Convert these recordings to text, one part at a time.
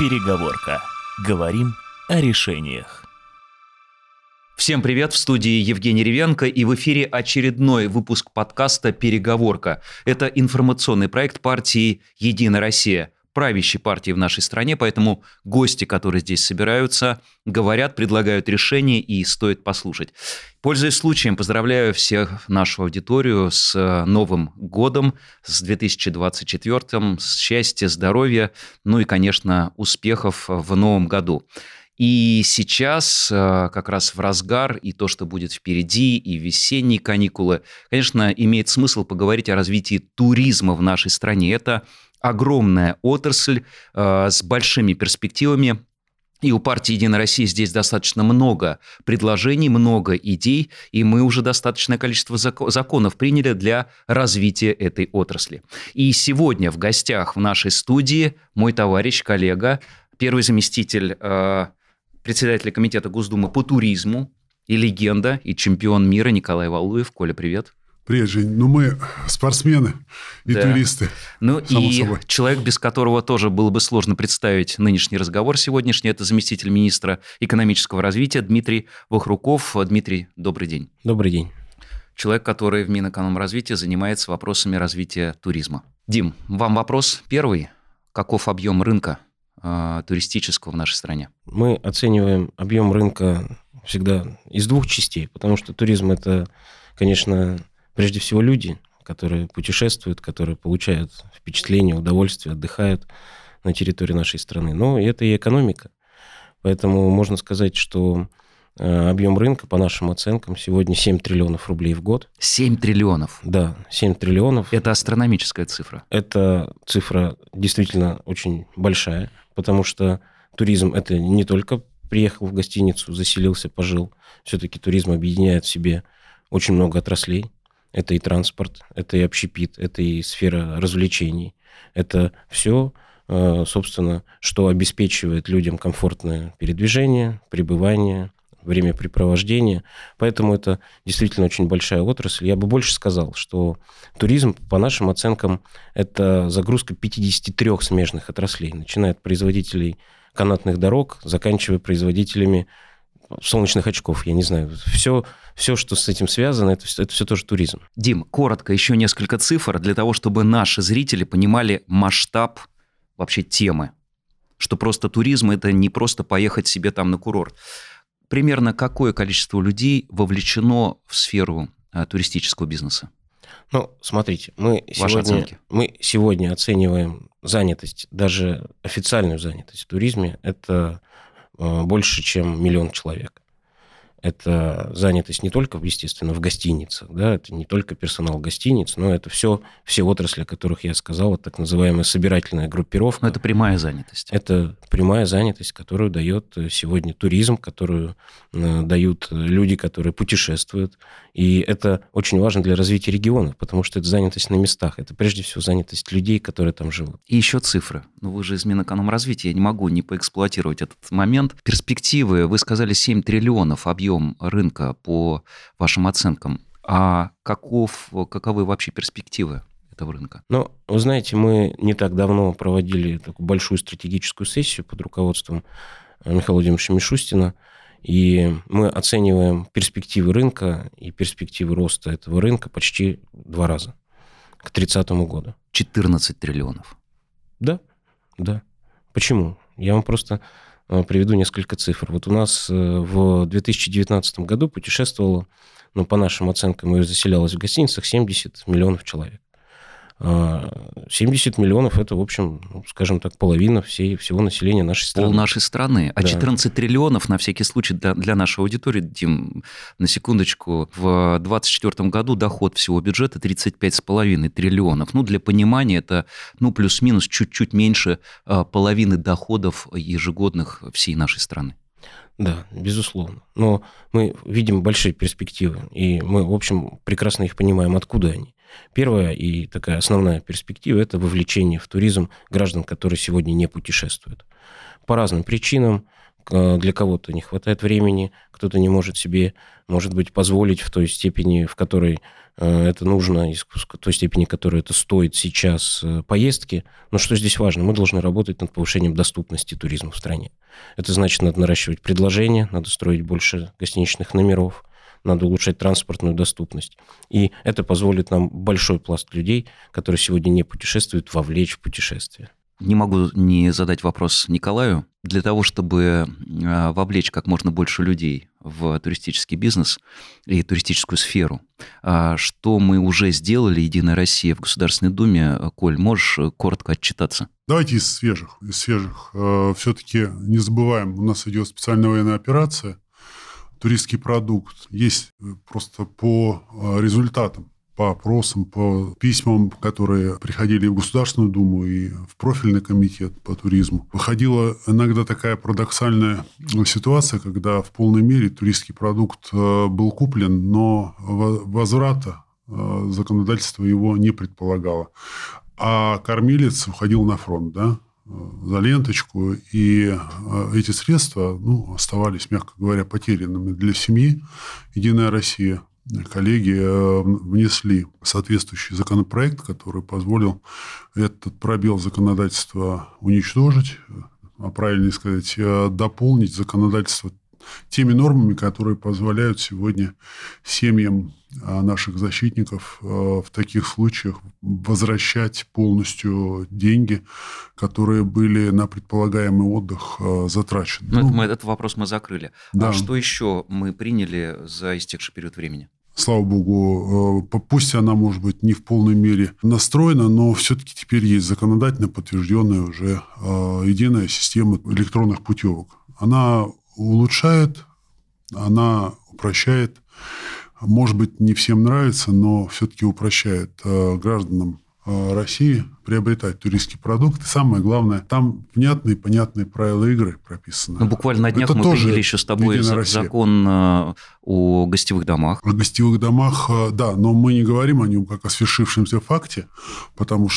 Переговорка. Говорим о решениях. Всем привет, в студии Евгений Ревенко, и в эфире очередной выпуск подкаста «Переговорка». Это информационный проект партии «Единая Россия», правящей партии в нашей стране, поэтому гости, которые здесь собираются, говорят, предлагают решения, и стоит послушать. Пользуясь случаем, поздравляю всех нашу аудиторию с Новым годом, с 2024-м, с счастья, здоровья, ну и, конечно, успехов в новом году. И сейчас как раз в разгар и то, что будет впереди, и весенние каникулы, конечно, имеет смысл поговорить о развитии туризма в нашей стране. Это огромная отрасль с большими перспективами. И у партии «Единая Россия» здесь достаточно много предложений, много идей, и мы уже достаточное количество законов приняли для развития этой отрасли. И сегодня в гостях в нашей студии мой товарищ, коллега, первый заместитель председателя комитета Госдумы по туризму и легенда, и чемпион мира Николай Валуев. Коля, привет. Привет, Жень. Ну, мы спортсмены и туристы. Ну, и собой. Человек, без которого тоже было бы сложно представить нынешний разговор сегодняшний, это заместитель министра экономического развития Дмитрий Вахруков. Дмитрий, добрый день. Добрый день. Человек, который в Минэкономразвитии занимается вопросами развития туризма. Дим, вам вопрос первый. Каков объем рынка туристического в нашей стране? Мы оцениваем объем рынка всегда из двух частей, потому что туризм – это, конечно, прежде всего люди, которые путешествуют, которые получают впечатление, удовольствие, отдыхают на территории нашей страны. Но это и экономика. Поэтому можно сказать, что объем рынка, по нашим оценкам, сегодня 7 триллионов рублей в год. 7 триллионов? Да, 7 триллионов. Это астрономическая цифра. Эта цифра действительно очень большая, потому что туризм – это не только приехал в гостиницу, заселился, пожил. Все-таки туризм объединяет в себе очень много отраслей. Это и транспорт, это и общепит, это и сфера развлечений. Это все, собственно, что обеспечивает людям комфортное передвижение, пребывание, времяпрепровождение. Поэтому это действительно очень большая отрасль. Я бы больше сказал, что туризм, по нашим оценкам, это загрузка 53 смежных отраслей, начиная от производителей канатных дорог, заканчивая производителями солнечных очков, я не знаю. Все, что с этим связано, это все тоже туризм. Дим, коротко, еще несколько цифр для того, чтобы наши зрители понимали масштаб вообще темы. Что просто туризм – это не просто поехать себе там на курорт. Примерно какое количество людей вовлечено в сферу туристического бизнеса? Ну, смотрите, мы сегодня оцениваем занятость, даже официальную занятость в туризме, это больше, чем 1 миллион человек. Это занятость не только, естественно, в гостиницах, да, это не только персонал гостиниц, но это все отрасли, о которых я сказал, так называемая собирательная группировка. Но это прямая занятость. Это прямая занятость, которую дает сегодня туризм, которую дают люди, которые путешествуют. И это очень важно для развития регионов, потому что это занятость на местах. Это прежде всего занятость людей, которые там живут. И еще цифры. Ну, вы же из Минэкономразвития, я не могу не поэксплуатировать этот момент. Перспективы, вы сказали, 7 триллионов объем рынка по вашим оценкам. А каковы вообще перспективы этого рынка? Ну, вы знаете, мы не так давно проводили такую большую стратегическую сессию под руководством Михаила Владимировича Мишустина, и мы оцениваем перспективы рынка и перспективы роста этого рынка почти 2 раза к 2030 году. 14 триллионов. Да. Почему? Я вам просто приведу несколько цифр. Вот у нас в 2019 году путешествовало, по нашим оценкам, и заселялось в гостиницах 70 миллионов человек. 70 миллионов – это, в общем, скажем так, половина всего населения нашей страны. Пол нашей страны. А да. 14 триллионов, на всякий случай, для нашей аудитории, Дим, на секундочку, в 2024 году доход всего бюджета 35,5 триллионов. Для понимания, это, плюс-минус чуть-чуть меньше половины доходов ежегодных всей нашей страны. Да, безусловно. Но мы видим большие перспективы, и мы, в общем, прекрасно их понимаем, откуда они. Первая и такая основная перспектива – это вовлечение в туризм граждан, которые сегодня не путешествуют. По разным причинам, Для кого-то не хватает времени, кто-то не может себе, может быть, позволить в той степени, в которой это нужно, в той степени, в которой это стоит сейчас поездки. Но что здесь важно? Мы должны работать над повышением доступности туризма в стране. Это значит, надо наращивать предложения, надо строить больше гостиничных номеров, надо улучшать транспортную доступность. И это позволит нам большой пласт людей, которые сегодня не путешествуют, вовлечь в путешествие. Не могу не задать вопрос Николаю. Для того, чтобы вовлечь как можно больше людей в туристический бизнес и туристическую сферу, что мы уже сделали, Единая Россия, в Государственной Думе? Коль, можешь коротко отчитаться? Давайте из свежих. Все-таки не забываем, у нас идет специальная военная операция. Туристский продукт есть просто по результатам, по опросам, по письмам, которые приходили в Государственную Думу и в профильный комитет по туризму. Выходила иногда такая парадоксальная ситуация, когда в полной мере туристский продукт был куплен, но возврата законодательство его не предполагало. А кормилец уходил на фронт, да, за ленточку, и эти средства оставались, мягко говоря, потерянными для семьи. Единая Россия, коллеги внесли соответствующий законопроект, который позволил этот пробел законодательства уничтожить, а правильнее сказать, дополнить законодательство теми нормами, которые позволяют сегодня семьям наших защитников в таких случаях возвращать полностью деньги, которые были на предполагаемый отдых затрачены. Этот вопрос мы закрыли. Да. А что еще мы приняли за истекший период времени? Слава богу, пусть она, может быть, не в полной мере настроена, но все-таки теперь есть законодательно подтвержденная уже единая система электронных путевок. Она улучшает, она упрощает. Может быть, не всем нравится, но все-таки упрощает гражданам России приобретать туристский продукт. И самое главное, там внятные и понятные правила игры прописаны. Буквально на днях мы приняли еще с тобой закон о гостевых домах. О гостевых домах, да, но мы не говорим о нем как о свершившемся факте, потому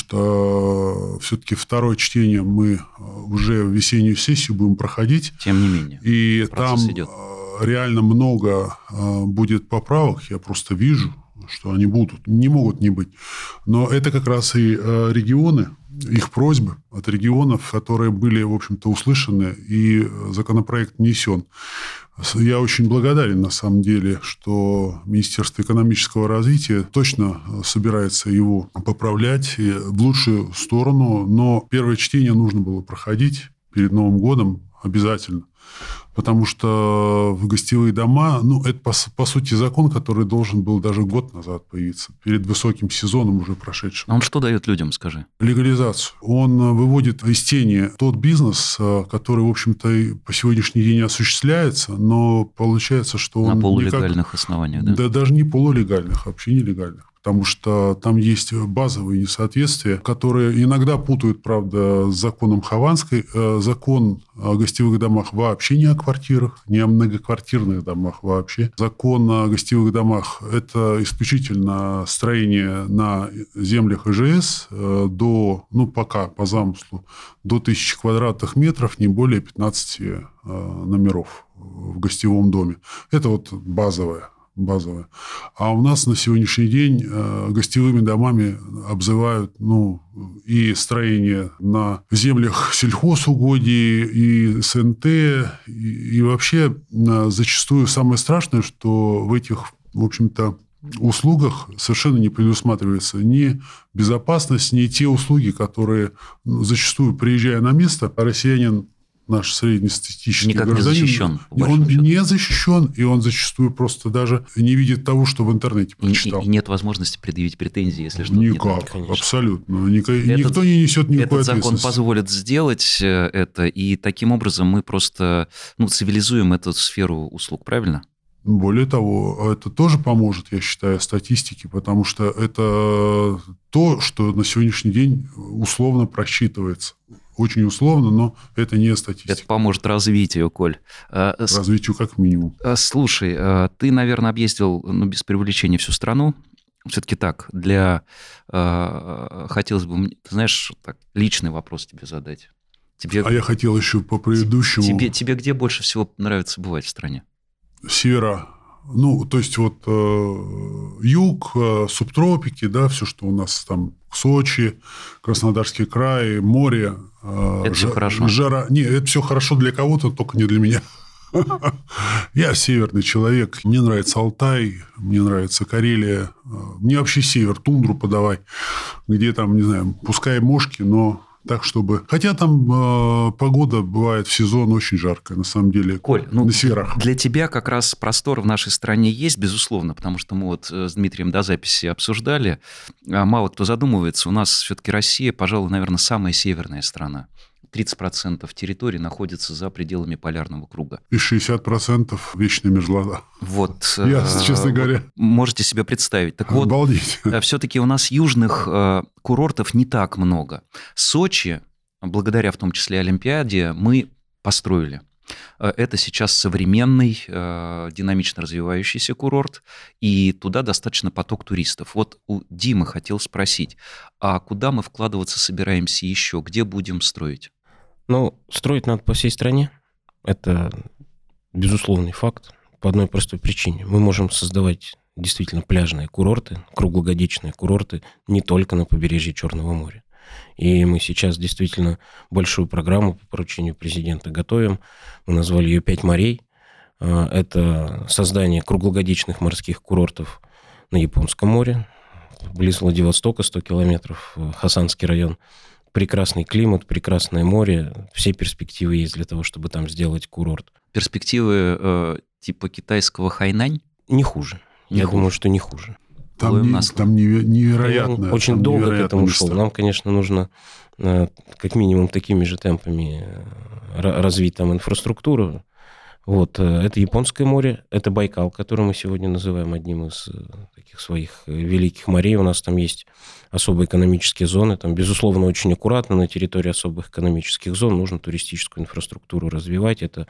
что все-таки второе чтение мы уже в весеннюю сессию будем проходить. Тем не менее, и там идет. Реально много будет поправок, я просто вижу, что они будут, не могут не быть. Но это как раз и регионы, их просьбы от регионов, которые были, в общем-то, услышаны, и законопроект внесен. Я очень благодарен, на самом деле, что Министерство экономического развития точно собирается его поправлять в лучшую сторону, но первое чтение нужно было проходить перед Новым годом обязательно. Потому что в гостевые дома, это, по сути, закон, который должен был даже год назад появиться, перед высоким сезоном уже прошедшим. А он что дает людям, скажи? Легализацию. Он выводит из тени тот бизнес, который, в общем-то, по сегодняшний день осуществляется, но получается, что он... На полулегальных основаниях, да? Да, даже не полулегальных, а вообще нелегальных. Потому что там есть базовые несоответствия, которые иногда путают, правда, с законом Хованской. Закон о гостевых домах вообще не о квартирах, не о многоквартирных домах вообще. Закон о гостевых домах – это исключительно строение на землях ИЖС до, пока по замыслу, до 1000 квадратных метров, не более 15 номеров в гостевом доме. Это вот базовое. А у нас на сегодняшний день гостевыми домами обзывают и строение на землях сельхозугодий, и СНТ, и вообще зачастую самое страшное, что в этих, в общем-то, услугах совершенно не предусматривается ни безопасность, ни те услуги, которые зачастую, приезжая на место, россиянин, наш среднестатистический гражданин, не защищен, он не защищен, и он зачастую просто даже не видит того, что в интернете прочитал. И нет возможности предъявить претензии, если что-то никак, не так. Абсолютно. Никто не несет никакой ответственности. Этот закон позволит сделать это, и таким образом мы просто цивилизуем эту сферу услуг, правильно? Более того, это тоже поможет, я считаю, статистике, потому что это то, что на сегодняшний день условно просчитывается. Очень условно, но это не статистика. Это поможет развитию, Коль. Развитию как минимум. Слушай, ты, наверное, объездил, без преувеличения, всю страну. Все-таки так, хотелось бы, ты знаешь, личный вопрос тебе задать. А я хотел еще по предыдущему... Тебе где больше всего нравится бывать в стране? Севера. Ну, то есть, вот юг, субтропики, да, все, что у нас там, Сочи, Краснодарский край, море. Это все хорошо? Жара. Нет, это все хорошо для кого-то, только не для меня. Я северный человек. Мне нравится Алтай, мне нравится Карелия. Мне вообще север, тундру подавай. Где там, не знаю, пускай мошки, но... Так, чтобы... Хотя там погода бывает в сезон очень жаркая, на самом деле, Коль, на северах. Для тебя как раз простор в нашей стране есть, безусловно, потому что мы вот с Дмитрием до записи обсуждали. Мало кто задумывается, у нас все-таки Россия, пожалуй, наверное, самая северная страна. 30% территории находится за пределами полярного круга. И 60% вечная мерзлота. Вот. Я, честно говоря... Можете себе представить. Так вот, обалдеть. Все-таки у нас южных курортов не так много. Сочи, благодаря в том числе Олимпиаде, мы построили. Это сейчас современный, динамично развивающийся курорт, и туда достаточно поток туристов. Вот у Димы хотел спросить, а куда мы вкладываться собираемся еще? Где будем строить? Ну, строить надо по всей стране. Это безусловный факт. По одной простой причине. Мы можем создавать действительно пляжные курорты, круглогодичные курорты не только на побережье Черного моря. И мы сейчас действительно большую программу по поручению президента готовим. Мы назвали ее «5 морей». Это создание круглогодичных морских курортов на Японском море, близ Владивостока, 100 километров, Хасанский район. Прекрасный климат, прекрасное море. Все перспективы есть для того, чтобы там сделать курорт. Перспективы типа китайского Хайнань? Не хуже. Я думаю, что не хуже. Там невероятно. Очень там долго к этому места. шел. Нам, конечно, нужно как минимум такими же темпами развить там инфраструктуру. Вот. Это Японское море, это Байкал, который мы сегодня называем одним из таких своих великих морей. У нас там есть особые экономические зоны. Там, безусловно, очень аккуратно на территории особых экономических зон нужно туристическую инфраструктуру развивать. Это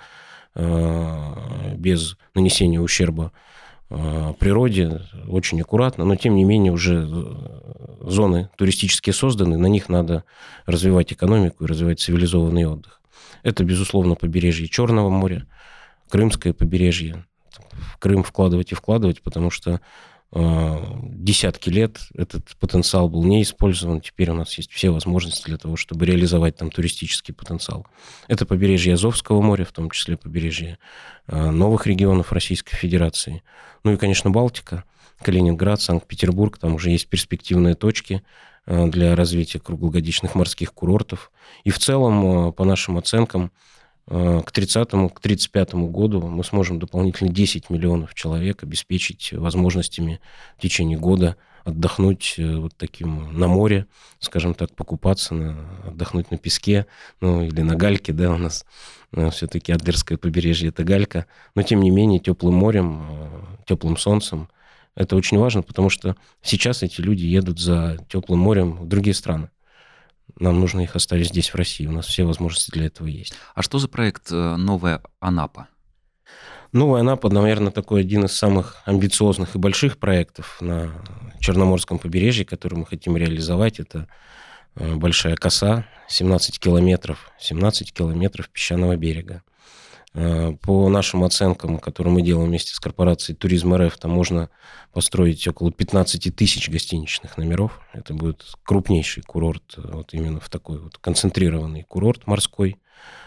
без нанесения ущерба природе, очень аккуратно, но тем не менее уже зоны туристические созданы, на них надо развивать экономику и развивать цивилизованный отдых. Это, безусловно, побережье Черного моря, Крымское побережье. В Крым вкладывать и вкладывать, потому что десятки лет этот потенциал был не использован. Теперь у нас есть все возможности для того, чтобы реализовать там туристический потенциал. Это побережье Азовского моря, в том числе побережье новых регионов Российской Федерации. Ну и, конечно, Балтика, Калининград, Санкт-Петербург. Там уже есть перспективные точки для развития круглогодичных морских курортов. И в целом, по нашим оценкам, к 30-35 году мы сможем дополнительно 10 миллионов человек обеспечить возможностями в течение года отдохнуть вот таким на море, скажем так, покупаться, отдохнуть на песке, ну или на гальке, да, у нас все-таки Адлерское побережье – это галька, но тем не менее теплым морем, теплым солнцем. Это очень важно, потому что сейчас эти люди едут за теплым морем в другие страны. Нам нужно их оставить здесь, в России. У нас все возможности для этого есть. А что за проект «Новая Анапа»? «Новая Анапа», наверное, такой один из самых амбициозных и больших проектов на Черноморском побережье, который мы хотим реализовать. Это Большая коса, 17 километров песчаного берега. По нашим оценкам, которые мы делаем вместе с корпорацией «Туризм РФ», там можно построить около 15 тысяч гостиничных номеров. Это будет крупнейший курорт, вот именно в такой вот концентрированный курорт морской.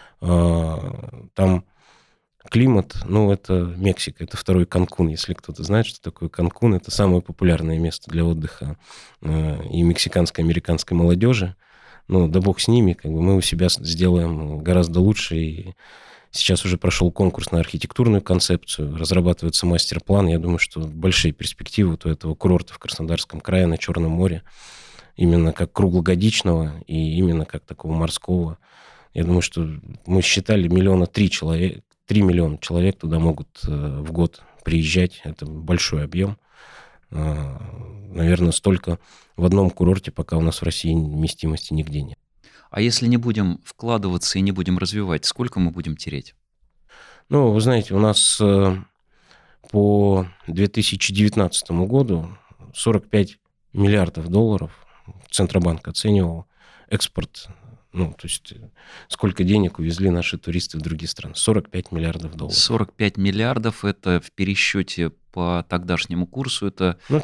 Там климат, ну, это Мексика, это второй Канкун. Если кто-то знает, что такое Канкун, это самое популярное место для отдыха и мексиканской, американской молодежи. Ну, да бог с ними, как бы мы у себя сделаем гораздо лучше. И сейчас уже прошел конкурс на архитектурную концепцию, разрабатывается мастер-план. Я думаю, что большие перспективы у этого курорта в Краснодарском крае на Черном море, именно как круглогодичного и именно как такого морского. Я думаю, что мы считали 3 миллиона человек туда могут в год приезжать. Это большой объем. Наверное, столько в одном курорте, пока у нас в России вместимости нигде нет. А если не будем вкладываться и не будем развивать, сколько мы будем терять? Ну, вы знаете, у нас по 2019 году 45 миллиардов долларов Центробанк оценивал экспорт То есть сколько денег увезли наши туристы в другие страны? 45 миллиардов долларов. 45 миллиардов – это в пересчете по тогдашнему курсу, это... Это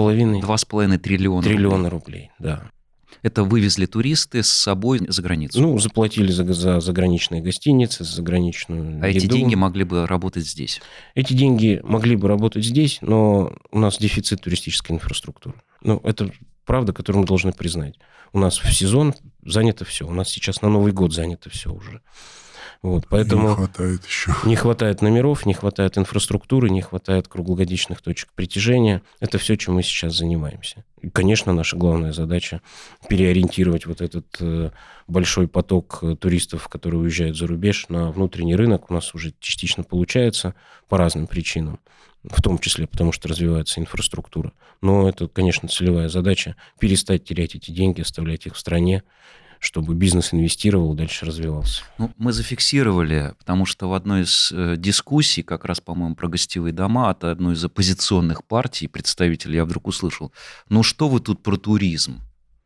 2,5 триллиона рублей, да. Это вывезли туристы с собой за границу? Заплатили за заграничные гостиницы, за заграничную еду. Эти деньги могли бы работать здесь? Эти деньги могли бы работать здесь, но у нас дефицит туристической инфраструктуры. Это правда, которую мы должны признать. У нас в сезон занято все. У нас сейчас на Новый год занято все уже. Поэтому не хватает еще. Не хватает номеров, не хватает инфраструктуры, не хватает круглогодичных точек притяжения. Это все, чем мы сейчас занимаемся. И, конечно, наша главная задача переориентировать этот большой поток туристов, которые уезжают за рубеж, на внутренний рынок. У нас уже частично получается по разным причинам. В том числе потому, что развивается инфраструктура. Но это, конечно, целевая задача – перестать терять эти деньги, оставлять их в стране, чтобы бизнес инвестировал и дальше развивался. Мы зафиксировали, потому что в одной из дискуссий, как раз, по-моему, про гостевые дома, от одной из оппозиционных партий, представителей, я вдруг услышал: что вы тут про туризм?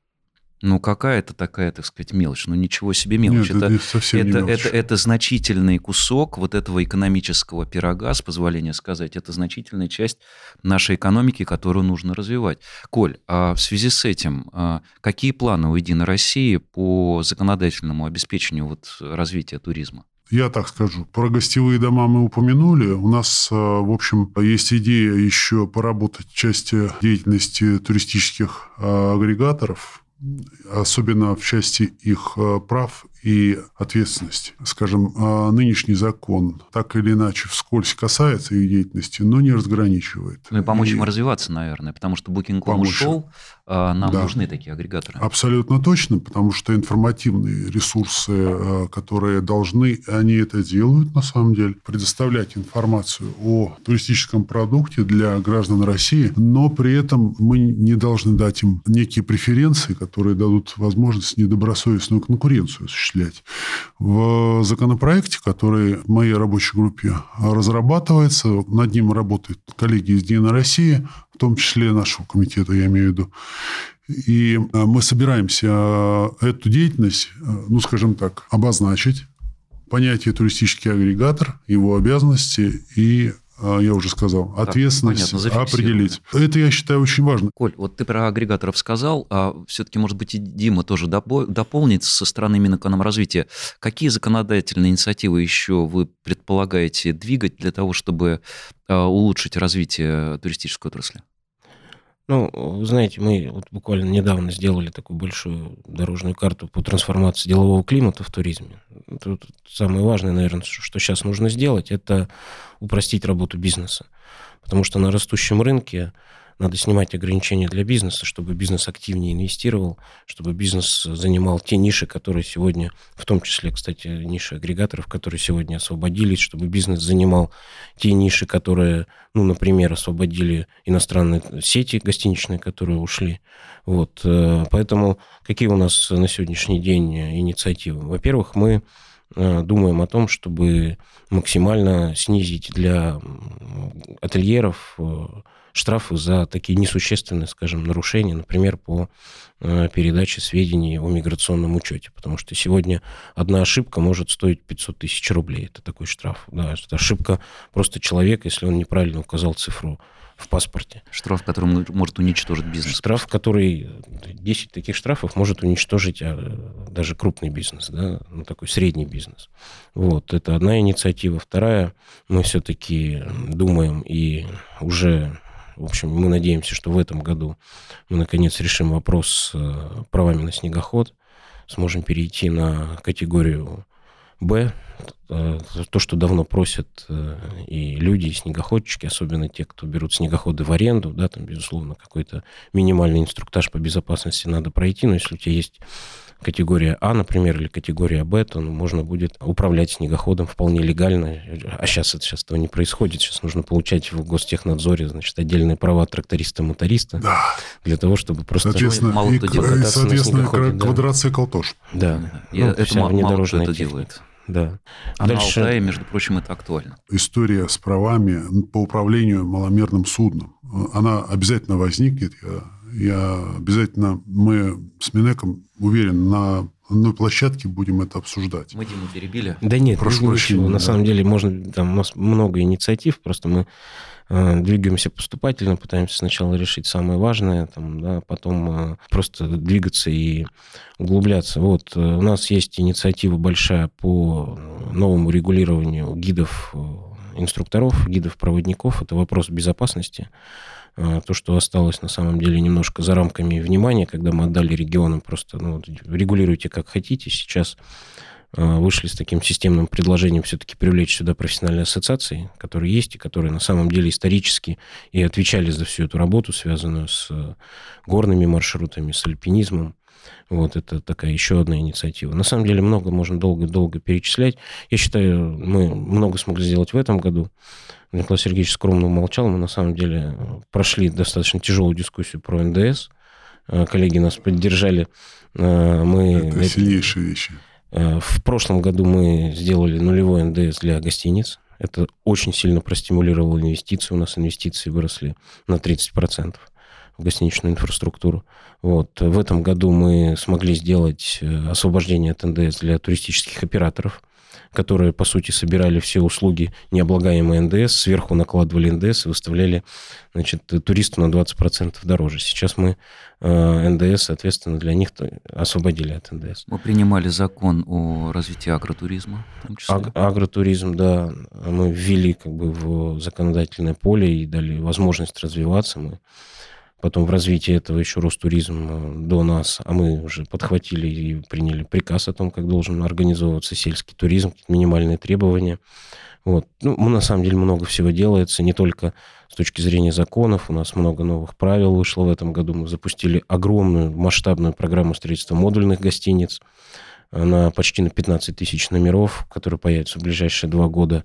Какая-то такая, так сказать, мелочь. Ничего себе мелочь. Нет, это совсем не мелочь. Это значительный кусок этого экономического пирога, с позволения сказать. Это значительная часть нашей экономики, которую нужно развивать. Коль, а в связи с этим, какие планы у «Единой России» по законодательному обеспечению развития туризма? Я так скажу. Про гостевые дома мы упомянули. У нас, в общем, есть идея еще поработать в части деятельности туристических агрегаторов, особенно в части их прав и ответственности. Скажем, нынешний закон так или иначе вскользь касается их деятельности, но не разграничивает. И помочь им развиваться, наверное, потому что Booking.com ушел, нам нужны такие агрегаторы. Абсолютно точно, потому что информативные ресурсы, которые должны, они это делают на самом деле, предоставлять информацию о туристическом продукте для граждан России, но при этом мы не должны дать им некие преференции, которые дадут возможность недобросовестную конкуренцию осуществлять. В законопроекте, который в моей рабочей группе разрабатывается, над ним работают коллеги из «Единой России», в том числе нашего комитета, я имею в виду. И мы собираемся эту деятельность, скажем так, обозначить, понятие туристический агрегатор, его обязанности и, я уже сказал, ответственность определить. Это, я считаю, очень важно. Коль, ты про агрегаторов сказал, а все-таки, может быть, и Дима тоже дополнит со стороны Минэкономразвития. Какие законодательные инициативы еще вы предполагаете двигать для того, чтобы улучшить развитие туристической отрасли? Вы знаете, мы буквально недавно сделали такую большую дорожную карту по трансформации делового климата в туризме. Тут самое важное, наверное, что сейчас нужно сделать, это упростить работу бизнеса. Потому что на растущем рынке надо снимать ограничения для бизнеса, чтобы бизнес активнее инвестировал, чтобы бизнес занимал те ниши, которые сегодня, в том числе, кстати, ниши агрегаторов, которые сегодня освободились, чтобы бизнес занимал те ниши, которые, например, освободили иностранные сети гостиничные, которые ушли. Поэтому какие у нас на сегодняшний день инициативы? Во-первых, мы думаем о том, чтобы максимально снизить для ательеров штрафы за такие несущественные, скажем, нарушения, например, по передаче сведений о миграционном учете. Потому что сегодня одна ошибка может стоить 500 тысяч рублей. Это такой штраф. Да, это ошибка просто человека, если он неправильно указал цифру в паспорте. Штраф, который может уничтожить бизнес. Штраф, который... 10 таких штрафов может уничтожить даже крупный бизнес, да, такой средний бизнес. Это одна инициатива. Вторая, мы все-таки думаем и уже... В общем, мы надеемся, что в этом году мы, наконец, решим вопрос с правами на снегоход, сможем перейти на категорию «Б», то, что давно просят и люди, и снегоходчики, особенно те, кто берут снегоходы в аренду, да, там, безусловно, какой-то минимальный инструктаж по безопасности надо пройти, но если у тебя есть категория А, например, или категория Б, то можно будет управлять снегоходом вполне легально. А сейчас этого не происходит. Сейчас нужно получать в Гостехнадзоре, отдельные права тракториста-моториста, для того, чтобы просто... Соответственно, квадроцикл тоже. Да. Это мало кто это делает. Да. А дальше... на Алтае, между прочим, это актуально. История с правами по управлению маломерным судном. Она обязательно возникнет. Мы с Минэком, уверен, на одной площадке будем это обсуждать. Мы Диму перебили. Да нет, Прошу прощения, на да. самом деле, у нас много инициатив, просто мы двигаемся поступательно, пытаемся сначала решить самое важное, потом просто двигаться и углубляться. Вот у нас есть инициатива большая по новому регулированию гидов, инструкторов, гидов-проводников. Это вопрос безопасности. То, что осталось на самом деле немножко за рамками внимания, когда мы отдали регионам просто регулируйте как хотите. Сейчас вышли с таким системным предложением все-таки привлечь сюда профессиональные ассоциации, которые есть и которые на самом деле исторически и отвечали за всю эту работу, связанную с горными маршрутами, с альпинизмом. Вот это такая еще одна инициатива. На самом деле много, можно долго-долго перечислять. Я считаю, мы много смогли сделать в этом году. Николай Сергеевич скромно умолчал. Мы на самом деле прошли достаточно тяжелую дискуссию про НДС. Коллеги нас поддержали. Это сильнейшие вещи. В прошлом году мы сделали нулевой НДС для гостиниц. Это очень сильно простимулировало инвестиции. У нас инвестиции выросли на 30% в гостиничную инфраструктуру. Вот. В этом году мы смогли сделать освобождение от НДС для туристических операторов, которые, по сути, собирали все услуги, необлагаемые НДС, сверху накладывали НДС и выставляли, туристу на 20% дороже. Сейчас мы НДС, соответственно, для них освободили от НДС. Мы принимали закон о развитии агротуризма, в том числе. Агротуризм, да, мы ввели в законодательное поле и дали возможность развиваться. Мы потом в развитии этого еще Ростуризм до нас, а мы уже подхватили и приняли приказ о том, как должен организовываться сельский туризм, минимальные требования. Вот. На самом деле много всего делается, не только с точки зрения законов, у нас много новых правил вышло в этом году. Мы запустили огромную масштабную программу строительства модульных гостиниц почти на 15 тысяч номеров, которые появятся в ближайшие 2 года.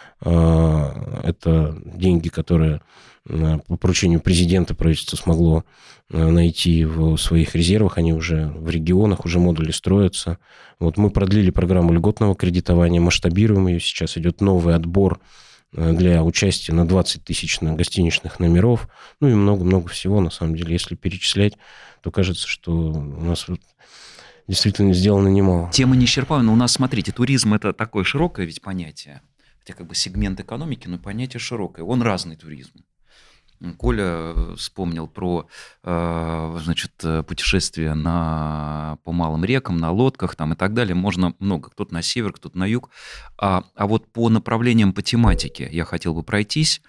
Это деньги, которые по поручению президента правительство смогло найти в своих резервах. Они уже в регионах, уже модули строятся. Вот мы продлили программу льготного кредитования, масштабируем ее. Сейчас идет новый отбор для участия на 20 тысяч гостиничных номеров. И много-много всего, на самом деле. Если перечислять, то кажется, что у нас действительно сделано немало. Тема неисчерпаема, но у нас, смотрите, туризм – это такое широкое ведь понятие. Хотя сегмент экономики, но понятие широкое. Он разный туризм. Коля вспомнил про путешествия по малым рекам, на лодках и так далее. Можно много. Кто-то на север, кто-то на юг. А вот по направлениям, по тематике я хотел бы пройтись.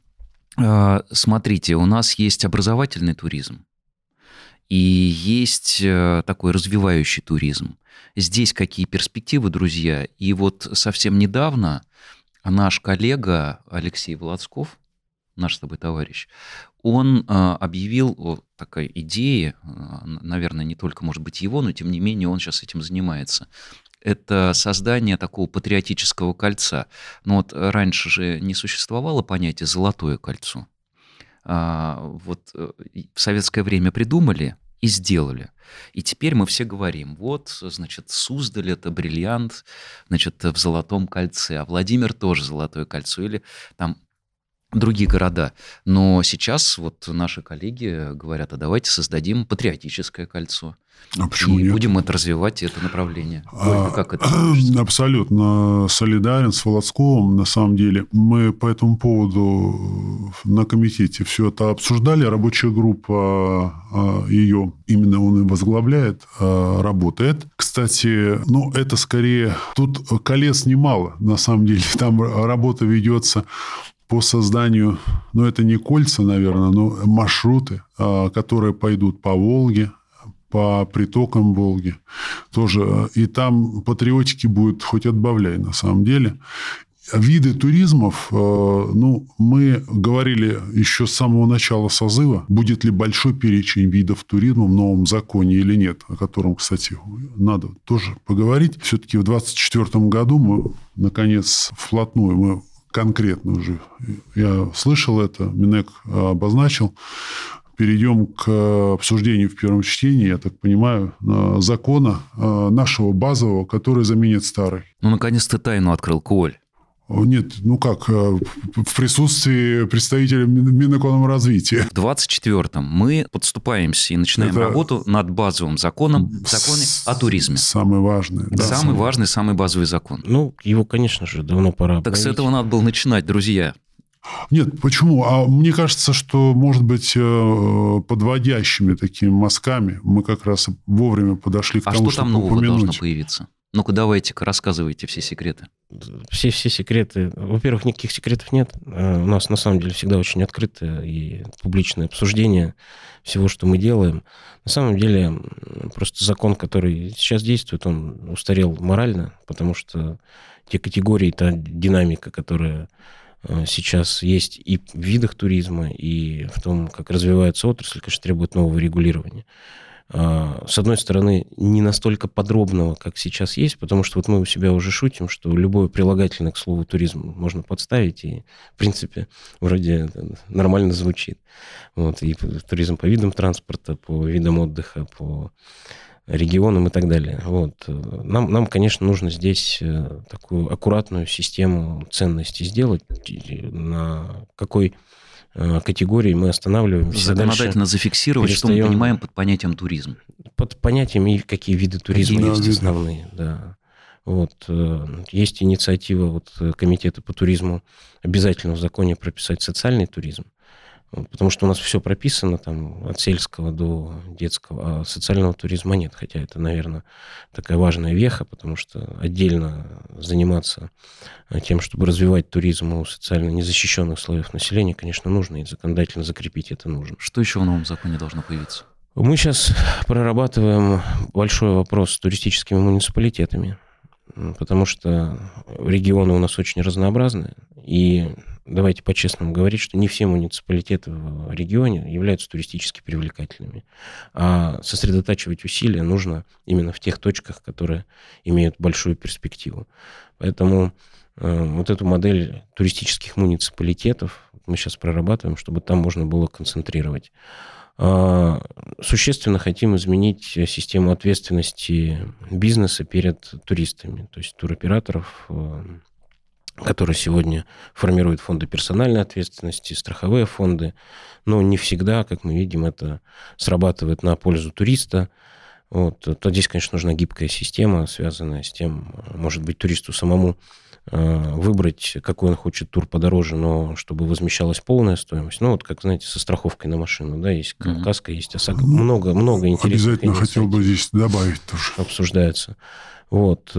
Смотрите, у нас есть образовательный туризм и есть такой развивающий туризм. Здесь какие перспективы, друзья? И вот совсем недавно наш коллега Алексей Володсков, наш с тобой товарищ, он объявил о такой идее, наверное, не только, может быть, его, но тем не менее он сейчас этим занимается. Это создание такого патриотического кольца. Но вот раньше же не существовало понятия «золотое кольцо». В советское время придумали и сделали. И теперь мы все говорим, Суздаль – это бриллиант, в золотом кольце, а Владимир тоже золотое кольцо, или там другие города. Но сейчас наши коллеги говорят, а давайте создадим патриотическое кольцо. А почему нет? Будем развивать это направление. Ольга, как это слышится? Абсолютно солидарен с Володсковым. На самом деле, мы по этому поводу на комитете все это обсуждали. Рабочая группа, ее именно он и возглавляет, работает. Кстати, это скорее... Тут колец немало, на самом деле. Там работа ведется по созданию, это не кольца, наверное, но маршруты, которые пойдут по Волге, по притокам Волги тоже. И там патриотики будет хоть отбавляй, на самом деле. Виды туризмов, мы говорили еще с самого начала созыва, будет ли большой перечень видов туризма в новом законе или нет, о котором, кстати, надо тоже поговорить. Все-таки в 2024 году мы, наконец, вплотную, конкретно уже, я слышал это, Минэк обозначил, перейдем к обсуждению в первом чтении, я так понимаю, закона нашего базового, который заменит старый. Наконец-то тайну открыл, Коль. Нет, в присутствии представителя Минэкономразвития. В 24-м мы подступаемся и начинаем работу над базовым законом, законе о туризме. Самое важное. Да, самый важный, самый базовый закон. Его, конечно же, давно пора Так обновить. с этого надо было начинать, друзья. Нет, почему? А мне кажется, что, может быть, подводящими такими мазками мы как раз вовремя подошли к тому, что там чтобы нового упомянуть. должно появиться? Ну-ка, давайте-ка, рассказывайте все секреты. Все секреты. Во-первых, никаких секретов нет. У нас, на самом деле, всегда очень открытое и публичное обсуждение всего, что мы делаем. На самом деле, просто закон, который сейчас действует, он устарел морально, потому что те категории, та динамика, которая сейчас есть и в видах туризма, и в том, как развивается отрасль, конечно, требует нового регулирования. С одной стороны, не настолько подробного, как сейчас есть, потому что вот мы у себя уже шутим, что любое прилагательное к слову туризм можно подставить, и, в принципе, вроде нормально звучит. Вот, и туризм по видам транспорта, по видам отдыха, по регионам и так далее. Вот. Нам, конечно, нужно здесь такую аккуратную систему ценностей сделать, на какой категории мы останавливаемся. Законодательно зафиксировать, что мы понимаем под понятием туризм. Под понятием и какие виды туризма есть основные. Да. Вот. Есть инициатива Комитета по туризму обязательно в законе прописать социальный туризм. Потому что у нас все прописано, там, от сельского до детского, а социального туризма нет. Хотя это, наверное, такая важная веха, потому что отдельно заниматься тем, чтобы развивать туризм у социально незащищенных слоев населения, конечно, нужно, и законодательно закрепить это нужно. Что еще в новом законе должно появиться? Мы сейчас прорабатываем большой вопрос с туристическими муниципалитетами, потому что регионы у нас очень разнообразные, и давайте по-честному говорить, что не все муниципалитеты в регионе являются туристически привлекательными. А сосредотачивать усилия нужно именно в тех точках, которые имеют большую перспективу. Поэтому вот эту модель туристических муниципалитетов мы сейчас прорабатываем, чтобы там можно было концентрировать. Существенно хотим изменить систему ответственности бизнеса перед туристами, то есть туроператоров, которые сегодня формируют фонды персональной ответственности, страховые фонды, но не всегда, как мы видим, это срабатывает на пользу туриста. Вот. То здесь, конечно, нужна гибкая система, связанная с тем, может быть, туристу самому выбрать, какой он хочет тур подороже, но чтобы возмещалась полная стоимость. Ну, вот как, знаете, со страховкой на машину, да, есть каска, есть ОСАГО. Много интересных обязательно хотел бы здесь добавить тоже. Обсуждается. Вот.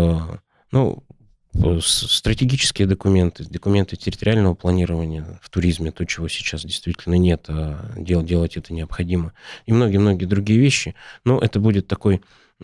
Стратегические документы территориального планирования в туризме, то, чего сейчас действительно нет, а делать это необходимо. И многие-многие другие вещи. Но это будет такой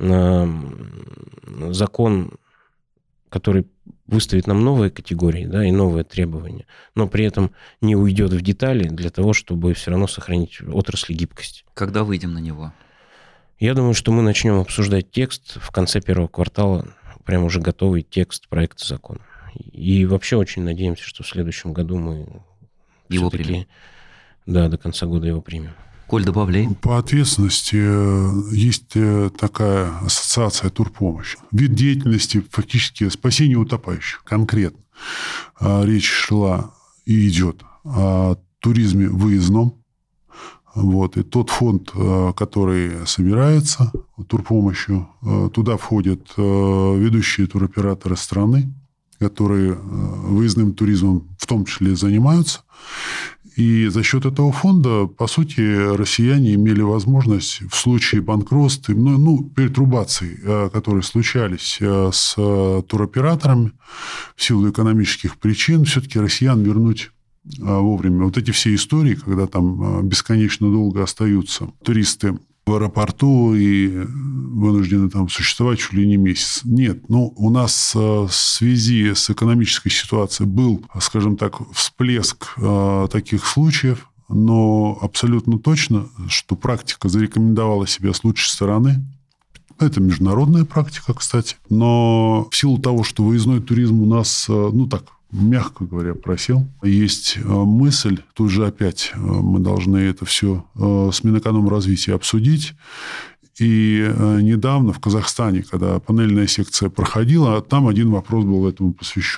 закон, который выставит нам новые категории, да, и новые требования, но при этом не уйдет в детали для того, чтобы все равно сохранить отрасли гибкость. Когда выйдем на него? Я думаю, что мы начнем обсуждать текст в конце первого квартала, прям уже готовый текст проекта закона. И вообще очень надеемся, что в следующем году мы его примем. Да, до конца года его примем. Коль, добавляй. По ответственности есть такая ассоциация турпомощь. Вид деятельности фактически спасение утопающих. Конкретно речь шла и идет о туризме выездном. Вот. И тот фонд, который собирается турпомощью, туда входят ведущие туроператоры страны, которые выездным туризмом в том числе занимаются. И за счет этого фонда, по сути, россияне имели возможность в случае банкротства, перетрубаций, которые случались с туроператорами в силу экономических причин, все-таки россиян вернуть вовремя. Вот эти все истории, когда там бесконечно долго остаются туристы в аэропорту и вынуждены там существовать чуть ли не месяц. Нет, у нас в связи с экономической ситуацией был, скажем так, всплеск таких случаев, но абсолютно точно, что практика зарекомендовала себя с лучшей стороны. Это международная практика, кстати. Но в силу того, что выездной туризм у нас, мягко говоря, просел. Есть мысль, тут же опять мы должны это все с Минэкономразвития обсудить. И недавно в Казахстане, когда панельная секция проходила, там один вопрос был этому посвящен.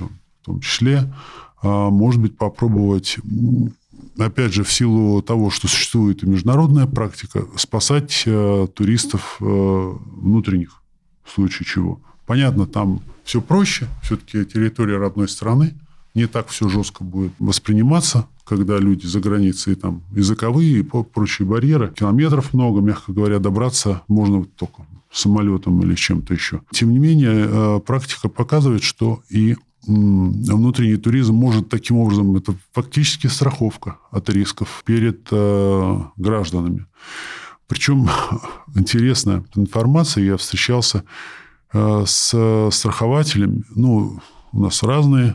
том числе, может быть, попробовать, опять же, в силу того, что существует и международная практика, спасать туристов внутренних, в случае чего. Понятно, там все проще, все-таки территория родной страны, не так все жестко будет восприниматься, когда люди за границей, там языковые и прочие барьеры. Километров много, мягко говоря, добраться можно только самолетом или чем-то еще. Тем не менее, практика показывает, что и внутренний туризм может таким образом, это фактически страховка от рисков перед гражданами. Причем интересная информация, я встречался с страхователями, у нас разные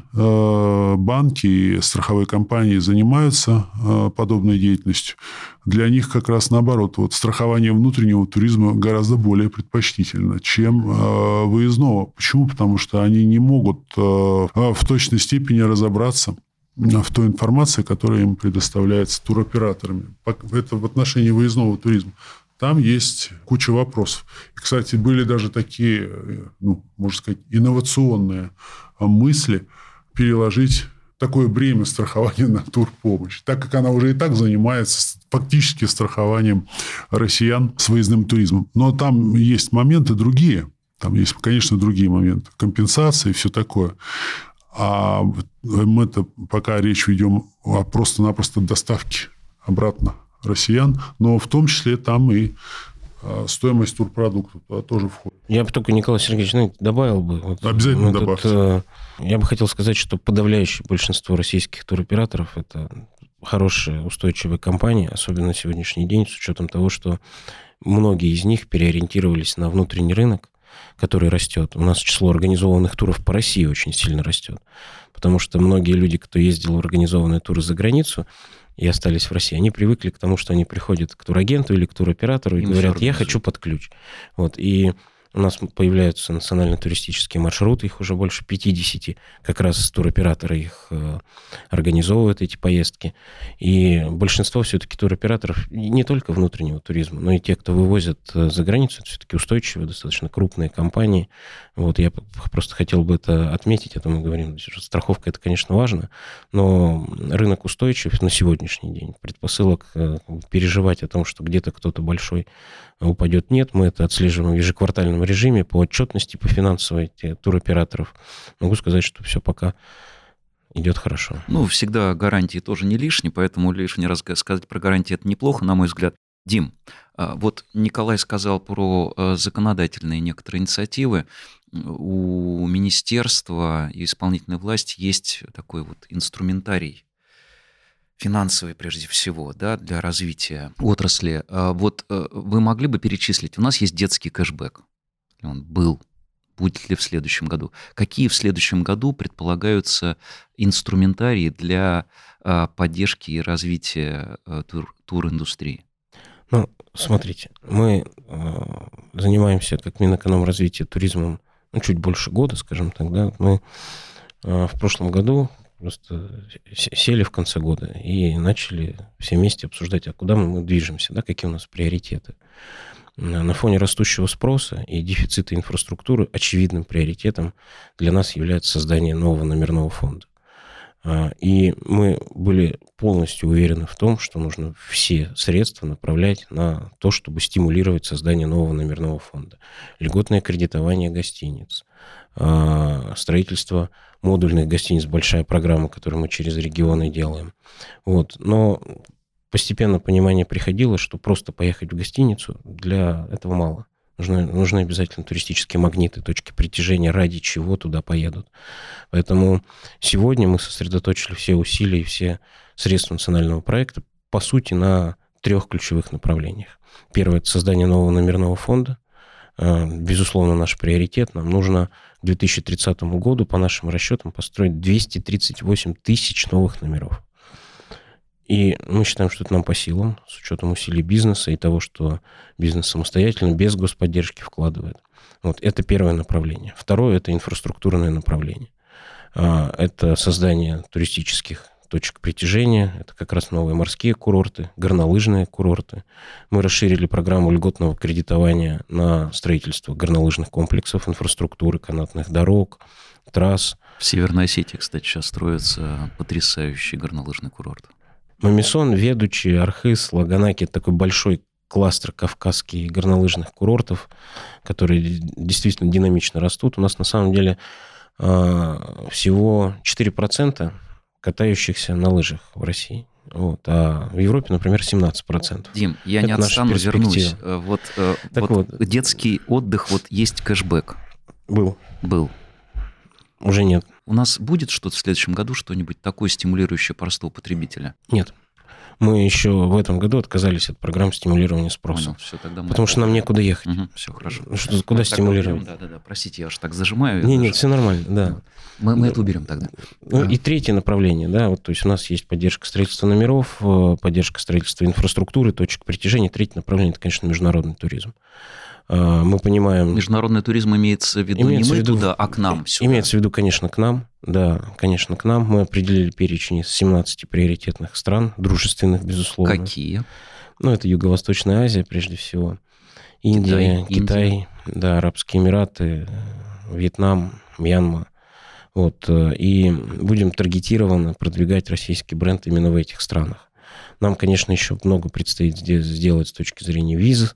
банки и страховые компании занимаются подобной деятельностью. Для них как раз наоборот. Страхование внутреннего туризма гораздо более предпочтительно, чем выездного. Почему? Потому что они не могут в точной степени разобраться в той информации, которая им предоставляется туроператорами. Это в отношении выездного туризма. Там есть куча вопросов. И, кстати, были даже такие, можно сказать, инновационные мысли переложить такое бремя страхования на турпомощь, так как она уже и так занимается фактически страхованием россиян с выездным туризмом. Но там есть моменты другие. Там есть, конечно, другие моменты. Компенсации и все такое. А мы-то пока речь ведем о просто-напросто доставке обратно россиян, но в том числе там и стоимость турпродуктов тоже входит. Я бы только, Николай Сергеевич, добавил бы. Обязательно добавьте. Я бы хотел сказать, что подавляющее большинство российских туроператоров – это хорошие, устойчивые компании, особенно на сегодняшний день, с учетом того, что многие из них переориентировались на внутренний рынок, который растет. У нас число организованных туров по России очень сильно растет, потому что многие люди, кто ездил в организованные туры за границу и остались в России, они привыкли к тому, что они приходят к турагенту или к туроператору и говорят: я хочу под ключ. И у нас появляются национально-туристические маршруты, их уже больше 50, как раз туроператоры их организовывают, эти поездки. И большинство все-таки туроператоров, не только внутреннего туризма, но и те, кто вывозят за границу, это все-таки устойчивые, достаточно крупные компании. Я просто хотел бы это отметить, а то мы говорим, что страховка – это, конечно, важно, но рынок устойчив на сегодняшний день. Предпосылок переживать о том, что где-то кто-то большой упадет, нет. Мы это отслеживаем в ежеквартальном режиме по отчетности, по финансовой туроператоров. Могу сказать, что все пока идет хорошо. Всегда гарантии тоже не лишние, поэтому лишний раз сказать про гарантии – это неплохо, на мой взгляд. Дим, Николай сказал про законодательные некоторые инициативы. У министерства и исполнительной власти есть такой инструментарий, финансовый прежде всего, для развития отрасли. Вы могли бы перечислить, у нас есть детский кэшбэк, он был, будет ли в следующем году? Какие в следующем году предполагаются инструментарии для поддержки и развития туриндустрии? Смотрите, мы занимаемся, как Минэкономразвития, туризмом чуть больше года, скажем так, Мы в прошлом году просто сели в конце года и начали все вместе обсуждать, а куда мы движемся, какие у нас приоритеты. На фоне растущего спроса и дефицита инфраструктуры очевидным приоритетом для нас является создание нового номерного фонда. И мы были полностью уверены в том, что нужно все средства направлять на то, чтобы стимулировать создание нового номерного фонда. Льготное кредитование гостиниц, строительство модульных гостиниц, большая программа, которую мы через регионы делаем. Но постепенно понимание приходило, что просто поехать в гостиницу для этого мало. Нужны обязательно туристические магниты, точки притяжения, ради чего туда поедут. Поэтому сегодня мы сосредоточили все усилия и все средства национального проекта, по сути, на 3 ключевых направлениях. Первое – это создание нового номерного фонда. Безусловно, наш приоритет. Нам нужно к 2030 году, по нашим расчетам, построить 238 тысяч новых номеров. И мы считаем, что это нам по силам, с учетом усилий бизнеса и того, что бизнес самостоятельно, без господдержки вкладывает. Это первое направление. Второе – это инфраструктурное направление. Это создание туристических точек притяжения. Это как раз новые морские курорты, горнолыжные курорты. Мы расширили программу льготного кредитования на строительство горнолыжных комплексов, инфраструктуры, канатных дорог, трасс. В Северной Осетии, кстати, сейчас строится потрясающий горнолыжный курорт. Мамисон, Ведучи, Архыз, Лаганаки – это такой большой кластер кавказских горнолыжных курортов, которые действительно динамично растут. У нас на самом деле всего 4% катающихся на лыжах в России. Вот. А в Европе, например, 17%. Дим, я не отстану, вернусь. Вот детский отдых, вот есть кэшбэк. Был. Уже нет. У нас будет что-то в следующем году, что-нибудь такое стимулирующее простого потребителя? Нет. Мы еще в этом году отказались от программ стимулирования спроса. Понял, все, тогда потому что нам некуда ехать. Угу, все хорошо. Куда стимулировать? Да. Простите, я аж так зажимаю. Нет, все нормально, да. Мы это уберем тогда. И третье направление, да, вот, то есть у нас есть поддержка строительства номеров, поддержка строительства инфраструктуры, точек притяжения. Третье направление – это, конечно, международный туризм. Мы понимаем... Международный туризм имеется в виду не мы туда, а к нам сюда. Имеется в виду, конечно, к нам. Да, конечно, к нам. Мы определили перечень из 17 приоритетных стран, дружественных, безусловно. Какие? Это Юго-Восточная Азия, прежде всего. Индия, Китай, да, Арабские Эмираты, Вьетнам, Мьянма. Вот. И будем таргетированно продвигать российский бренд именно в этих странах. Нам, конечно, еще много предстоит сделать с точки зрения виз,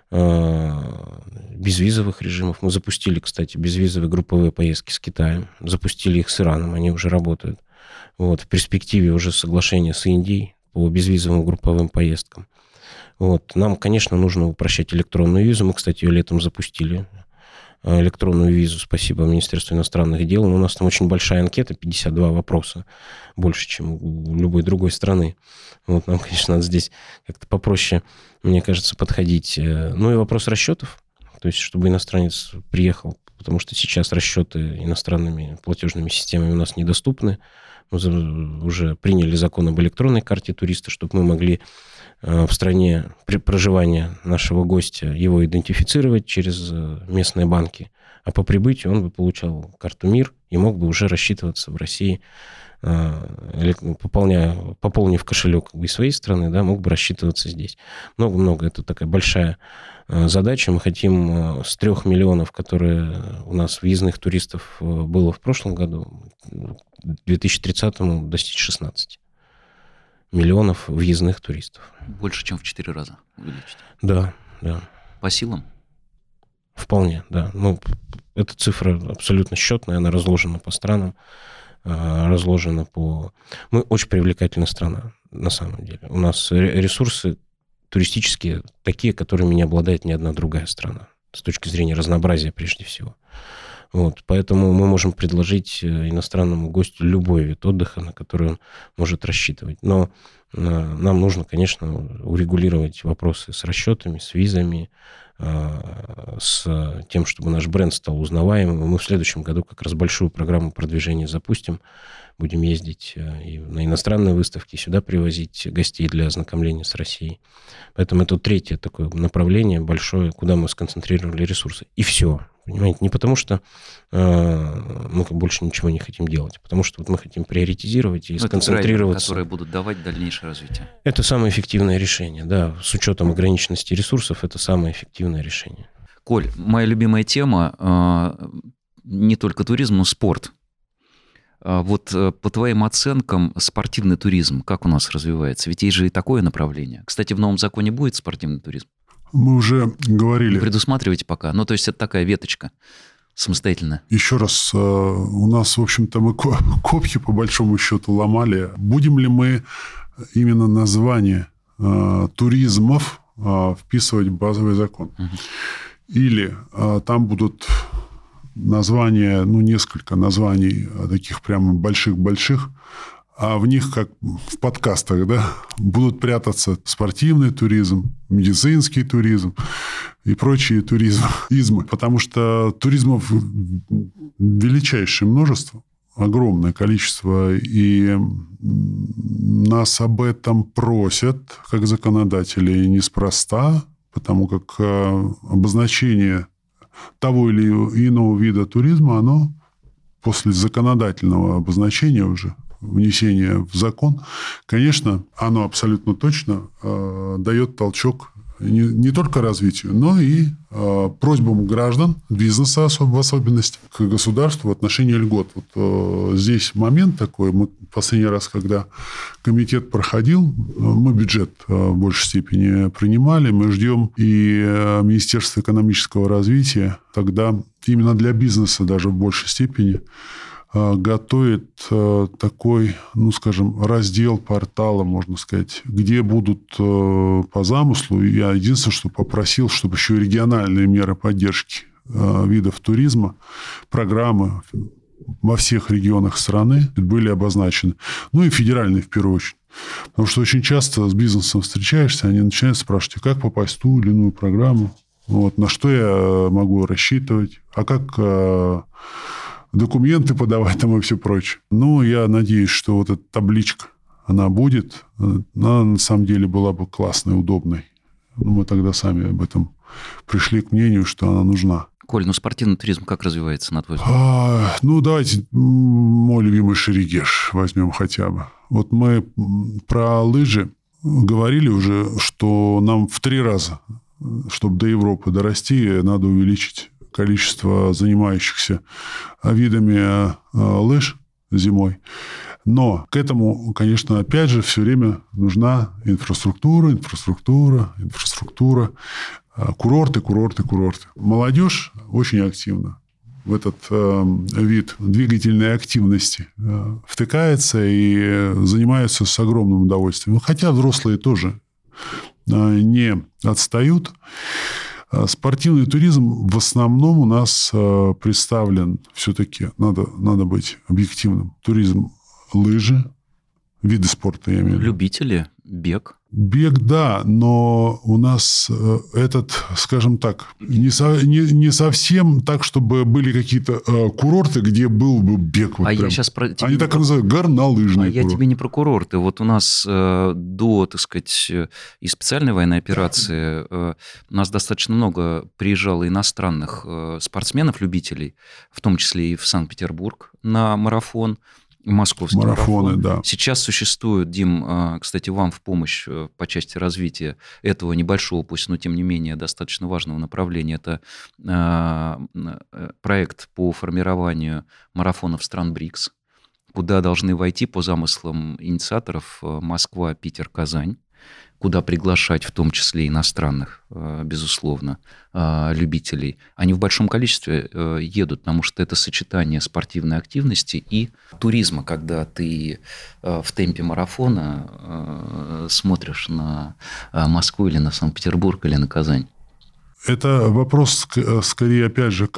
безвизовых режимов. Мы запустили, кстати, безвизовые групповые поездки с Китаем. Запустили их с Ираном, они уже работают. Вот. В перспективе уже соглашение с Индией по безвизовым групповым поездкам. Вот. Нам, конечно, нужно упрощать электронную визу. Мы, кстати, ее летом запустили. Электронную визу, спасибо Министерству иностранных дел. Но у нас там очень большая анкета, 52 вопроса, больше, чем у любой другой страны. Вот нам, конечно, надо здесь как-то попроще, мне кажется, подходить. Ну и вопрос расчетов, то есть чтобы иностранец приехал, потому что сейчас расчеты иностранными платежными системами у нас недоступны. Мы уже приняли закон об электронной карте туриста, чтобы мы могли в стране проживания нашего гостя его идентифицировать через местные банки. А по прибытию он бы получал карту МИР и мог бы уже рассчитываться в России, пополнив кошелек из своей страны, да, мог бы рассчитываться здесь. Много-много. Это такая большая задача. Мы хотим с 3 миллионов, которые у нас въездных туристов было в прошлом году, к 2030-му достичь 16 миллионов въездных туристов. Больше, чем в 4 раза увеличить? Да. По силам? Вполне, да. Эта цифра абсолютно счетная, она разложена по странам, разложена по... Мы очень привлекательная страна, на самом деле. У нас ресурсы туристические такие, которыми не обладает ни одна другая страна, с точки зрения разнообразия прежде всего. Вот, поэтому мы можем предложить иностранному гостю любой вид отдыха, на который он может рассчитывать. Но нам нужно, конечно, урегулировать вопросы с расчетами, с визами, с тем, чтобы наш бренд стал узнаваемым. Мы в следующем году как раз большую программу продвижения запустим. Будем ездить и на иностранные выставки, сюда привозить гостей для ознакомления с Россией. Поэтому это третье такое направление большое, куда мы сконцентрировали ресурсы. И все. Понимаете, не потому что мы больше ничего не хотим делать, потому что мы хотим приоритизировать и сконцентрироваться. Которые будут давать дальнейшее развитие. Это самое эффективное решение, да. С учетом ограниченности ресурсов, это самое эффективное решение. Коль, моя любимая тема не только туризм, но спорт. Вот по твоим оценкам, спортивный туризм, как у нас развивается? Ведь есть же и такое направление. Кстати, в новом законе будет спортивный туризм? Мы уже говорили. Не предусматриваете пока? То есть это такая веточка самостоятельная. Еще раз, у нас, в общем-то, мы копья по большому счету ломали. Будем ли мы именно название туризмов вписывать в базовый закон? Угу. Или там будут названия, несколько названий таких прямо больших-больших, а в них, как в подкастах, да, будут прятаться спортивный туризм, медицинский туризм и прочие туризмы. Потому что туризмов величайшее множество, огромное количество, и нас об этом просят, как законодатели, неспроста, потому как обозначение того или иного вида туризма, оно после законодательного обозначения уже, внесения в закон, конечно, оно абсолютно точно дает толчок не только развитию, но и просьбам граждан, бизнеса в особенности, к государству в отношении льгот. Вот здесь момент такой. Мы последний раз, когда комитет проходил, мы бюджет в большей степени принимали. Мы ждем и Министерство экономического развития тогда именно для бизнеса даже в большей степени готовит такой, скажем, раздел портала, можно сказать, где будут по замыслу, я единственное, что попросил, чтобы еще и региональные меры поддержки видов туризма, программы во всех регионах страны были обозначены. Ну и федеральные в первую очередь. Потому что очень часто с бизнесом встречаешься, они начинают спрашивать, как попасть в ту или иную программу, на что я могу рассчитывать, а как документы подавать там и все прочее. Я надеюсь, что вот эта табличка, она будет. Она на самом деле была бы классной, удобной. Мы тогда сами об этом пришли к мнению, что она нужна. Коль, спортивный туризм как развивается, на твой взгляд? Давайте мой любимый Шерегеш возьмем хотя бы. Вот мы про лыжи говорили уже, что нам в 3 раза, чтобы до Европы дорасти, надо увеличить количество занимающихся видами лыж зимой. Но к этому, конечно, опять же, все время нужна инфраструктура. Курорты. Молодежь очень активно в этот вид двигательной активности втыкается и занимается с огромным удовольствием. Хотя взрослые тоже не отстают. Спортивный туризм в основном у нас представлен, все-таки надо быть объективным. Туризм, лыжи, виды спорта, я имею в виду. Любители, бег. Бег, да, но у нас этот, скажем так, не совсем так, чтобы были какие-то курорты, где был бы бег. Вот я сейчас они так и называют, горнолыжные курорты. Я тебе не про курорты. Вот у нас до, так сказать, и специальной военной операции у нас достаточно много приезжало иностранных спортсменов, любителей, в том числе и в Санкт-Петербург на марафон. Московский марафон. Да. Сейчас существует, Дим, кстати, вам в помощь по части развития этого небольшого, пусть, но тем не менее достаточно важного направления. Это проект по формированию марафонов стран БРИКС, куда должны войти по замыслам инициаторов Москва, Питер, Казань, куда приглашать в том числе иностранных, безусловно, любителей. Они в большом количестве едут, потому что это сочетание спортивной активности и туризма, когда ты в темпе марафона смотришь на Москву или на Санкт-Петербург или на Казань. Это вопрос, скорее, опять же, к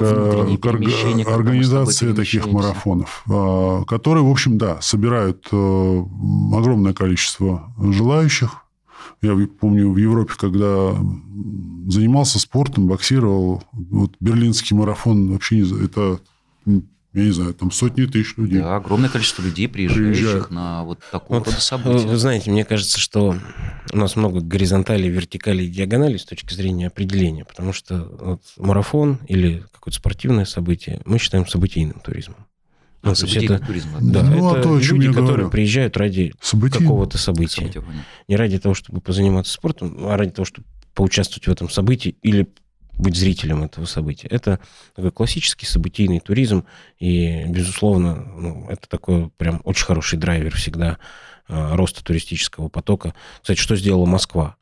организации таких марафонов, которые, в общем, собирают огромное количество желающих. Я помню, в Европе, когда занимался спортом, боксировал, берлинский марафон, вообще это, я не знаю, там сотни тысяч людей. Да, огромное количество людей, приезжающих на такого рода события. Вы знаете, мне кажется, что у нас много горизонталей, вертикалей и диагоналей с точки зрения определения, потому что марафон или какое-то спортивное событие мы считаем событийным туризмом. Событийный туризм. Да, это люди, которые приезжают ради какого-то события. Не ради того, чтобы позаниматься спортом, а ради того, чтобы поучаствовать в этом событии или быть зрителем этого события. Это такой классический событийный туризм, и, безусловно, это такой прям очень хороший драйвер всегда роста туристического потока. Кстати, что сделала Москва?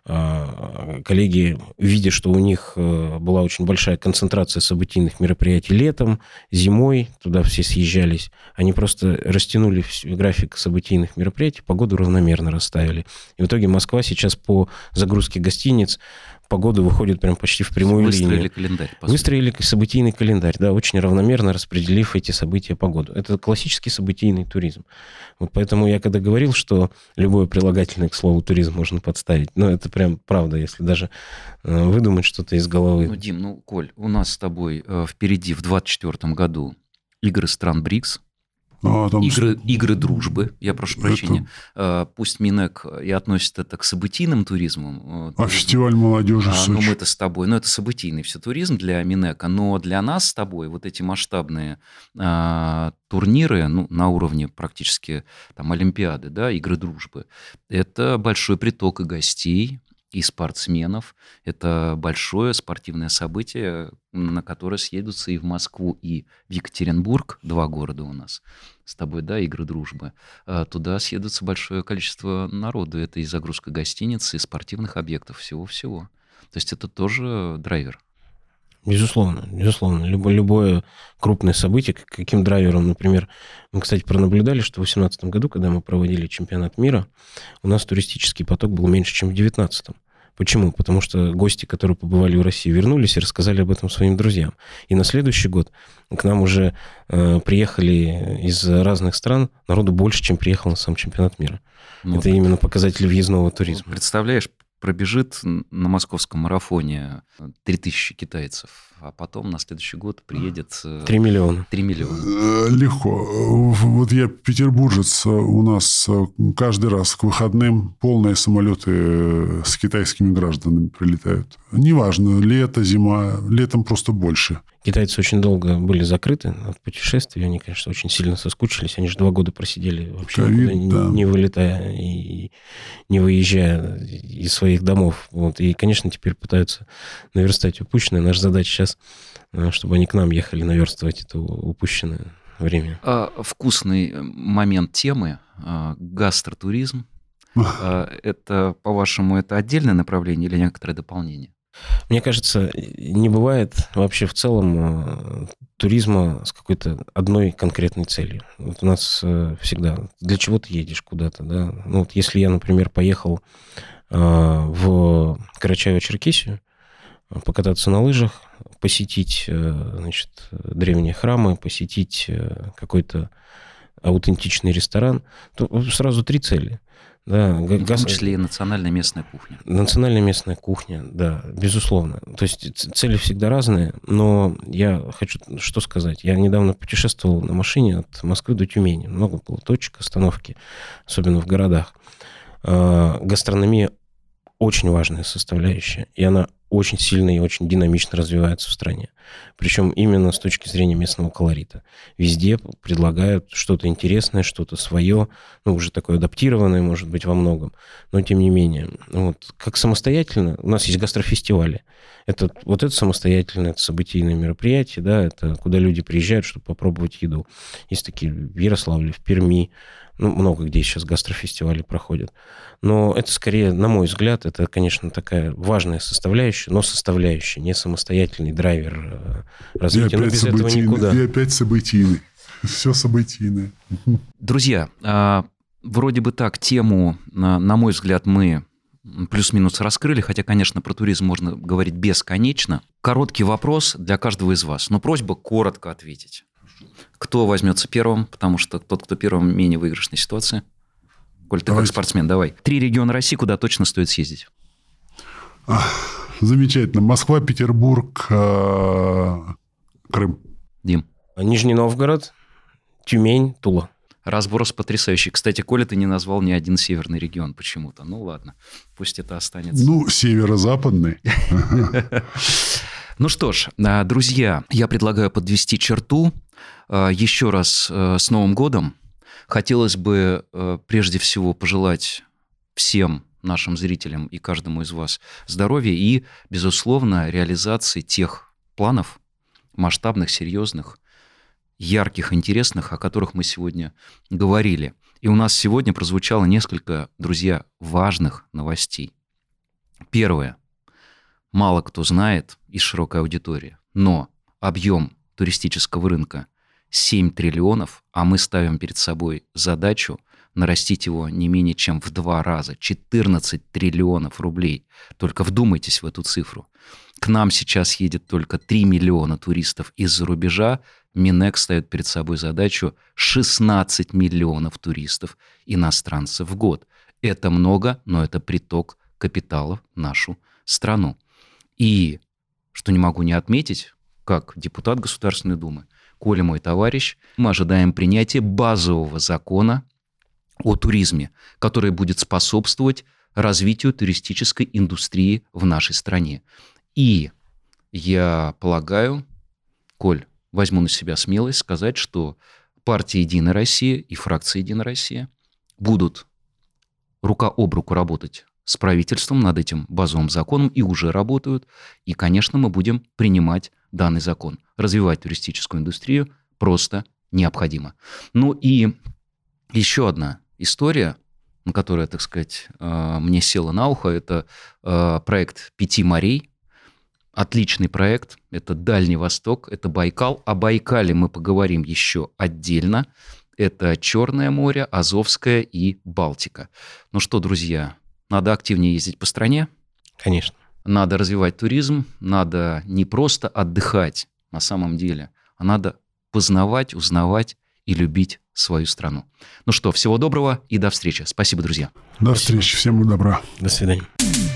Коллеги, видя, что у них была очень большая концентрация событийных мероприятий летом, зимой, туда все съезжались, они просто растянули график событийных мероприятий, погоду равномерно расставили. И в итоге Москва сейчас по загрузке гостиниц погода выходит прям почти в прямую линию. Выстроили событийный календарь, да, очень равномерно распределив эти события по году. Это классический событийный туризм. Вот поэтому я когда говорил, что любое прилагательное к слову туризм можно подставить, это прям правда, если даже выдумать что-то из головы. Дим, Коль, у нас с тобой впереди в 2024 году игры стран БРИКС. Игры дружбы, я прошу прощения. Пусть Минэк и относит это к событийным туризмам. Фестиваль молодежи в Сочи. Мы-то с тобой. Это событийный все туризм для Минэка. Но для нас с тобой вот эти масштабные турниры на уровне практически Олимпиады, игры дружбы, это большой приток и гостей, и спортсменов. Это большое спортивное событие, на которое съедутся и в Москву, и в Екатеринбург, 2 города у нас с тобой, да, игры дружбы. Туда съедутся большое количество народу. Это и загрузка гостиниц, и спортивных объектов, всего-всего. То есть это тоже драйвер. Безусловно, безусловно. Любое крупное событие, каким драйвером, например, мы, кстати, пронаблюдали, что в 2018 году, когда мы проводили чемпионат мира, у нас туристический поток был меньше, чем в 2019. Почему? Потому что гости, которые побывали в России, вернулись и рассказали об этом своим друзьям. И на следующий год к нам уже приехали из разных стран народу больше, чем приехал на сам чемпионат мира. Ну, это именно показатель въездного туризма. Представляешь, пробежит на московском марафоне 3000 китайцев, а потом на следующий год приедет... 3 миллиона. 3 миллиона. Легко. Вот я петербуржец, у нас каждый раз к выходным полные самолеты с китайскими гражданами прилетают. Неважно, лето, зима, летом просто больше. Китайцы очень долго были закрыты от путешествий, они, конечно, очень сильно соскучились. Они же 2 года просидели вообще COVID, да. не вылетая и не выезжая из своих домов. Вот. И, конечно, теперь пытаются наверстать упущенное. Наша задача сейчас, чтобы они к нам ехали наверстывать это упущенное время. Вкусный момент темы – гастротуризм. Это, по-вашему, это отдельное направление или некоторое дополнение? Мне кажется, не бывает вообще в целом туризма с какой-то одной конкретной целью. Вот у нас всегда для чего ты едешь куда-то, да? Ну, вот если я, например, поехал в Карачаево-Черкесию, покататься на лыжах, посетить, значит, древние храмы, посетить какой-то аутентичный ресторан, то сразу 3 цели. Да, в том числе и национальная местная кухня. Национальная местная кухня, да, безусловно. То есть цели всегда разные, но я хочу что сказать. Я недавно путешествовал на машине от Москвы до Тюмени. Много было точек остановки, особенно в городах. Гастрономия очень важная составляющая, и она очень сильно и очень динамично развивается в стране. Причем именно с точки зрения местного колорита. Везде предлагают что-то интересное, что-то свое, ну, уже такое адаптированное, может быть, во многом. Но, тем не менее, вот, как самостоятельно, у нас есть гастрофестивали. Это самостоятельное, это событийное мероприятие, да, это куда люди приезжают, чтобы попробовать еду. Есть такие в Ярославле, в Перми, ну, много где сейчас гастрофестивали проходят. Но это скорее, на мой взгляд, это, конечно, такая важная составляющая, но составляющая, не самостоятельный драйвер развития. Но без этого никуда. И опять событийный. Все событийное. Друзья, вроде бы так тему, на мой взгляд, мы плюс-минус раскрыли, хотя, конечно, про туризм можно говорить бесконечно. Короткий вопрос для каждого из вас, но просьба коротко ответить. Кто возьмется первым, потому что тот, кто первым, менее выигрышной ситуации. Коль, ты как спортсмен, давай. 3 региона России, куда точно стоит съездить. Замечательно. Москва, Петербург, Крым. Дим. Нижний Новгород, Тюмень, Тула. Разброс потрясающий. Кстати, Коля, ты не назвал ни один северный регион почему-то. Ну, ладно, пусть это останется. Ну, северо-западный. Ну что ж, друзья, я предлагаю подвести черту. Еще раз с Новым годом. Хотелось бы прежде всего пожелать всем нашим зрителям и каждому из вас здоровья и, безусловно, реализации тех планов масштабных, серьезных, ярких, интересных, о которых мы сегодня говорили. И у нас сегодня прозвучало несколько, друзья, важных новостей. Первое. Мало кто знает из широкой аудитории, но объем туристического рынка 7 триллионов, а мы ставим перед собой задачу нарастить его не менее чем в 2 раза, 14 триллионов рублей. Только вдумайтесь в эту цифру. К нам сейчас едет только 3 миллиона туристов из-за рубежа. Минэк ставит перед собой задачу 16 миллионов туристов, иностранцев в год. Это много, но это приток капитала в нашу страну. И, что не могу не отметить, как депутат Государственной Думы, Коля мой товарищ, мы ожидаем принятия базового закона о туризме, который будет способствовать развитию туристической индустрии в нашей стране. И я полагаю, Коль, возьму на себя смелость сказать, что партия «Единая Россия» и фракция «Единая Россия» будут рука об руку работать с правительством над этим базовым законом и уже работают. И, конечно, мы будем принимать данный закон. Развивать туристическую индустрию просто необходимо. Ну и еще одна история, которая, так сказать, мне села на ухо, это проект «5 морей». Отличный проект. Это Дальний Восток, это Байкал. О Байкале мы поговорим еще отдельно. Это Черное море, Азовское и Балтика. Ну что, друзья, надо активнее ездить по стране. Конечно. Надо развивать туризм. Надо не просто отдыхать на самом деле, а надо познавать, узнавать и любить свою страну. Ну что, всего доброго и до встречи. Спасибо, друзья. До встречи. Всем добра. До свидания.